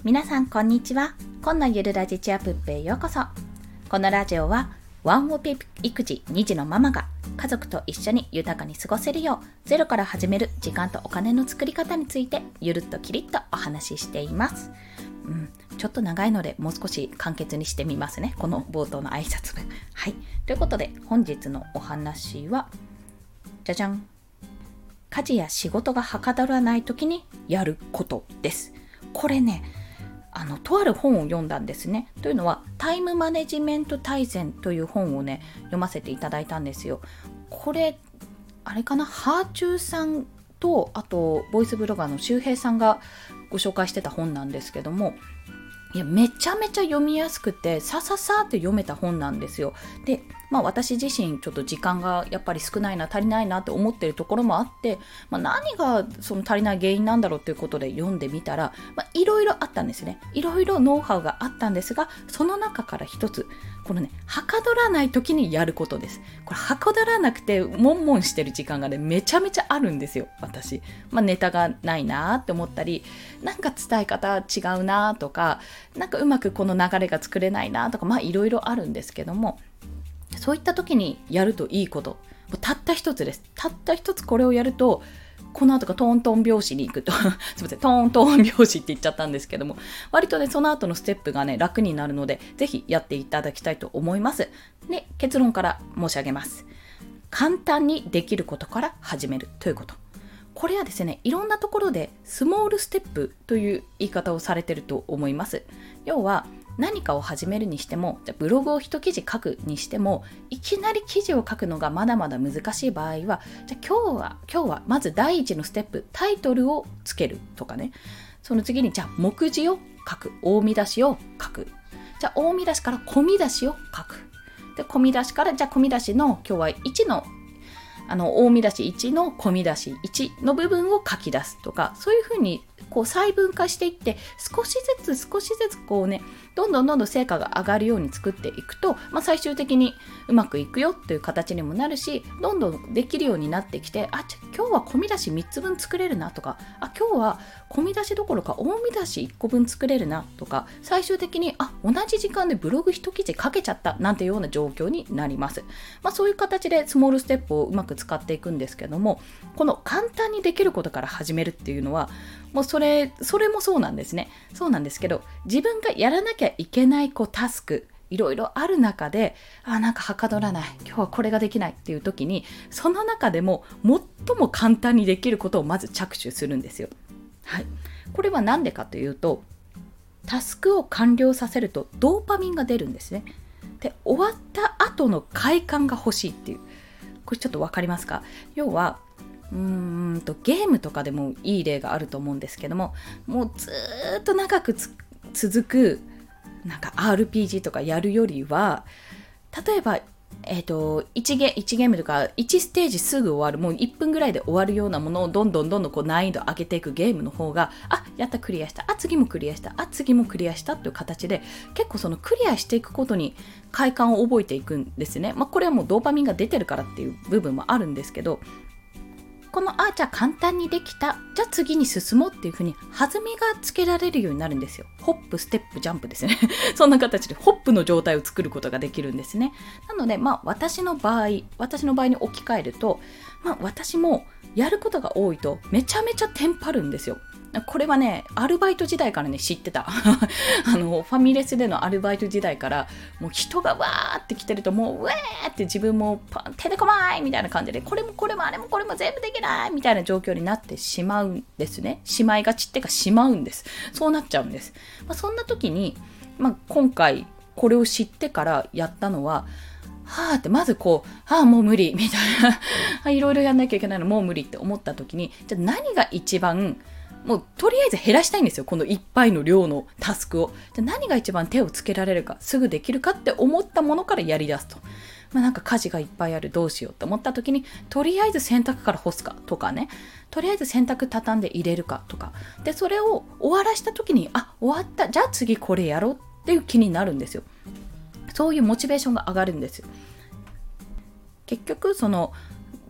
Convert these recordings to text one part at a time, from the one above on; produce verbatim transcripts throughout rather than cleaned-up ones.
皆さんこんにちは。今のゆるラジチアプップへようこそ。このラジオはワンオペ育児に児のママが家族と一緒に豊かに過ごせるようゼロから始める時間とお金の作り方についてゆるっときりっとお話ししています。うん、ちょっと長いのでもう少し簡潔にしてみますね。この冒頭の挨拶文。はい。ということで本日のお話はじゃじゃん。家事や仕事がはかどらない時にやることです。これね、あのとある本を読んだんですね。というのはタイムマネジメント大全という本をね読ませていただいたんですよ。これあれかな、ハーチューさんとあとボイスブロガーの周平さんがご紹介してた本なんですけども、いやめちゃめちゃ読みやすくてさささって読めた本なんですよ。で、まあ私自身ちょっと時間がやっぱり少ないな足りないなって思ってるところもあって、まあ、何がその足りない原因なんだろうということで読んでみたら、まあいろいろあったんですね。いろいろノウハウがあったんですが、その中から一つ、このねはかどらない時にやることです。これはかどらなくて悶々してる時間がねめちゃめちゃあるんですよ。私、まあ、ネタがないなって思ったり、なんか伝え方違うなとか、なんかうまくこの流れが作れないなとか、まあいろいろあるんですけども、そういった時にやるといいこと、たった一つです。たった一つこれをやると、この後がトントン拍子に行くとすみません、トントン拍子って言っちゃったんですけども、割とねその後のステップがね楽になるので、ぜひやっていただきたいと思います。で、結論から申し上げます。簡単にできることから始めるということ。これはですね、いろんなところでスモールステップという言い方をされていると思います。要は何かを始めるにしても、じゃブログを一記事書くにしても、いきなり記事を書くのがまだまだ難しい場合は、じゃ今日は今日はまず第一のステップ、タイトルをつけるとかね。その次にじゃあ目次を書く、大見出しを書く。じゃあ大見出しから小見出しを書く。で小見出しからじゃあ小見出しの今日はいちのあの大見出しいちの小見出しいちの部分を書き出すとか、そういうふうにこう細分化していって、少しずつ少しずつこうね、どんどんどんどん成果が上がるように作っていくと、まあ、最終的にうまくいくよっていう形にもなるし、どんどんできるようになってきて、あ、じゃ今日は小見出しみっつぶん作れるなとか、あ、今日は小見出しどころか大見出しいっこぶん作れるなとか、最終的にあ同じ時間でブログ一記事書けちゃったなんていうような状況になります。まあ、そういう形でスモールステップをうまく使っていくんですけども、この簡単にできることから始めるっていうのはもうそれそれもそうなんですね。そうなんですけど、自分がやらなきゃいけないこうタスクいろいろある中で、あなんかはかどらない、今日はこれができないっていう時に、その中でも最も簡単にできることをまず着手するんですよ。はい、これは何でかというと、タスクを完了させるとドーパミンが出るんですね。で、終わった後の快感が欲しいっていう、これちょっとわかりますか？要はうーんとゲームとかでもいい例があると思うんですけども、もうずーっと長くつ続くなんか アールピージー とかやるよりは、例えばえーと、1, ゲいちゲームとかいちステージすぐ終わる、もういっぷんぐらいで終わるようなものをどんどんどんどんこう難易度上げていくゲームの方が、あやったクリアした、あ次もクリアした、あ次もクリアしたという形で、結構そのクリアしていくことに快感を覚えていくんですね。まあ、これはもうドーパミンが出てるからっていう部分もあるんですけど、このあじゃあ簡単にできた、じゃあ次に進もうっていう風に弾みがつけられるようになるんですよ。ホップステップジャンプですねそんな形でホップの状態を作ることができるんですね。なのでまあ私の場合私の場合に置き換えると、まあ私もやることが多いとめちゃめちゃテンパるんですよ。これはねアルバイト時代からね知ってたあのファミレスでのアルバイト時代から、もう人がわーって来てるともうウェーって自分も手でこまいみたいな感じで、これもこれもあれもこれも全部できないみたいな状況になってしまうんですね。しまいがちってかしまうんです。そうなっちゃうんです。まあ、そんな時に、まあ、今回これを知ってからやったのは、はーってまずこう、ああもう無理みたいな、いろいろやんなきゃいけないのもう無理って思った時に、じゃあ何が一番もうとりあえず減らしたいんですよ、このいっぱいの量のタスクを。じゃあ何が一番手をつけられるか、すぐできるかって思ったものからやり出すと。まあ、なんか家事がいっぱいある、どうしようと思った時に、とりあえず洗濯から干すかとかね、とりあえず洗濯畳んで入れるかとかで、それを終わらした時に、あ終わった、じゃあ次これやろうっていう気になるんですよ。そういうモチベーションが上がるんですよ。結局その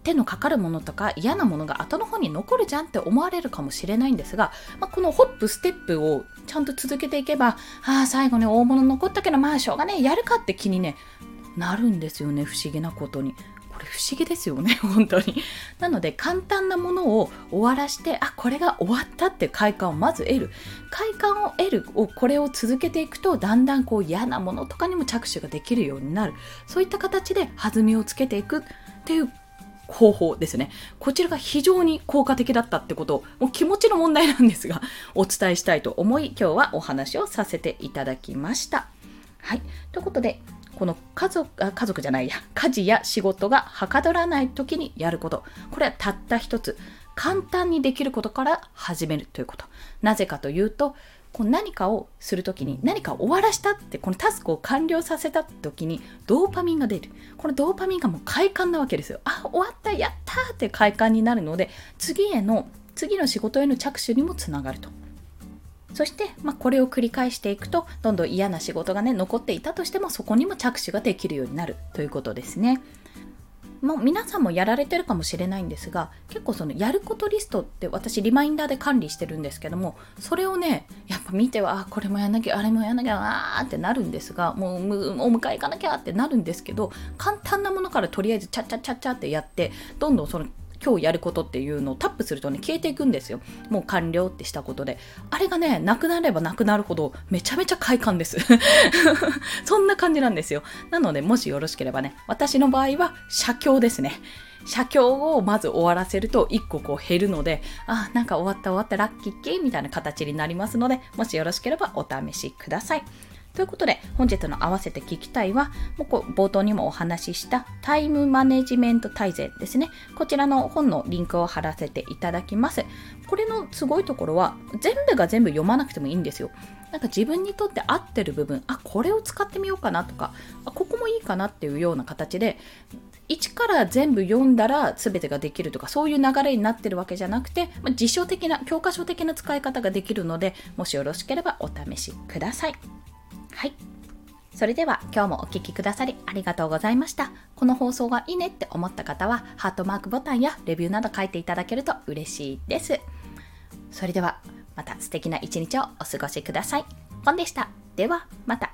手のかかるものとか嫌なものが後の方に残るじゃんって思われるかもしれないんですが、まあ、このホップステップをちゃんと続けていけば、ああ最後に大物残ったけどまあしょうがねやるかって気にねなるんですよね。不思議なことにこれ不思議ですよね本当に。なので簡単なものを終わらして、あこれが終わったって快感をまず得る、快感を得るをこれを続けていくとだんだんこう嫌なものとかにも着手ができるようになる、そういった形で弾みをつけていくっていう方法ですね。こちらが非常に効果的だったってことを、もう気持ちの問題なんですがお伝えしたいと思い、今日はお話をさせていただきました。はい、ということでこの家族、あ、家族じゃないや、家事や仕事がはかどらない時にやること、これはたった一つ、簡単にできることから始めるということ。なぜかというと、こう何かをするときに、何かを終わらしたって、このタスクを完了させたときにドーパミンが出る。このドーパミンがもう快感なわけですよ。あ、終わった、やったーって快感になるので、次への、次の仕事への着手にもつながると。そして、まあ、これを繰り返していくとどんどん嫌な仕事がね残っていたとしてもそこにも着手ができるようになるということですね。もう皆さんもやられてるかもしれないんですが、結構そのやることリストって私リマインダーで管理してるんですけども、それをねやっぱ見てはあこれもやんなきゃあれもやんなきゃあーってなるんですが、もうお迎え行かなきゃってなるんですけど、簡単なものからとりあえずチャッチャッチャッチャってやってどんどんその今日やることっていうのをタップするとね消えていくんですよ。もう完了ってしたことで、あれがねなくなればなくなるほどめちゃめちゃ快感ですそんな感じなんですよ。なのでもしよろしければね、私の場合は写経ですね。写経をまず終わらせるといっここう減るので、あなんか終わった終わったラッキー系みたいな形になりますので、もしよろしければお試しください。ということで本日の合わせて聞きたいは、もうこう冒頭にもお話ししたタイムマネジメント大全ですね。こちらの本のリンクを貼らせていただきます。これのすごいところは全部が全部読まなくてもいいんですよ。なんか自分にとって合ってる部分、あこれを使ってみようかなとか、あここもいいかなっていうような形で一から全部読んだら全てができるとか、そういう流れになってるわけじゃなくて、まあ、辞書的な教科書的な使い方ができるので、もしよろしければお試しください。はい。それでは今日もお聞きくださりありがとうございました。この放送がいいねって思った方はハートマークボタンやレビューなど書いていただけると嬉しいです。それではまた素敵な一日をお過ごしください。ポンでした。ではまた。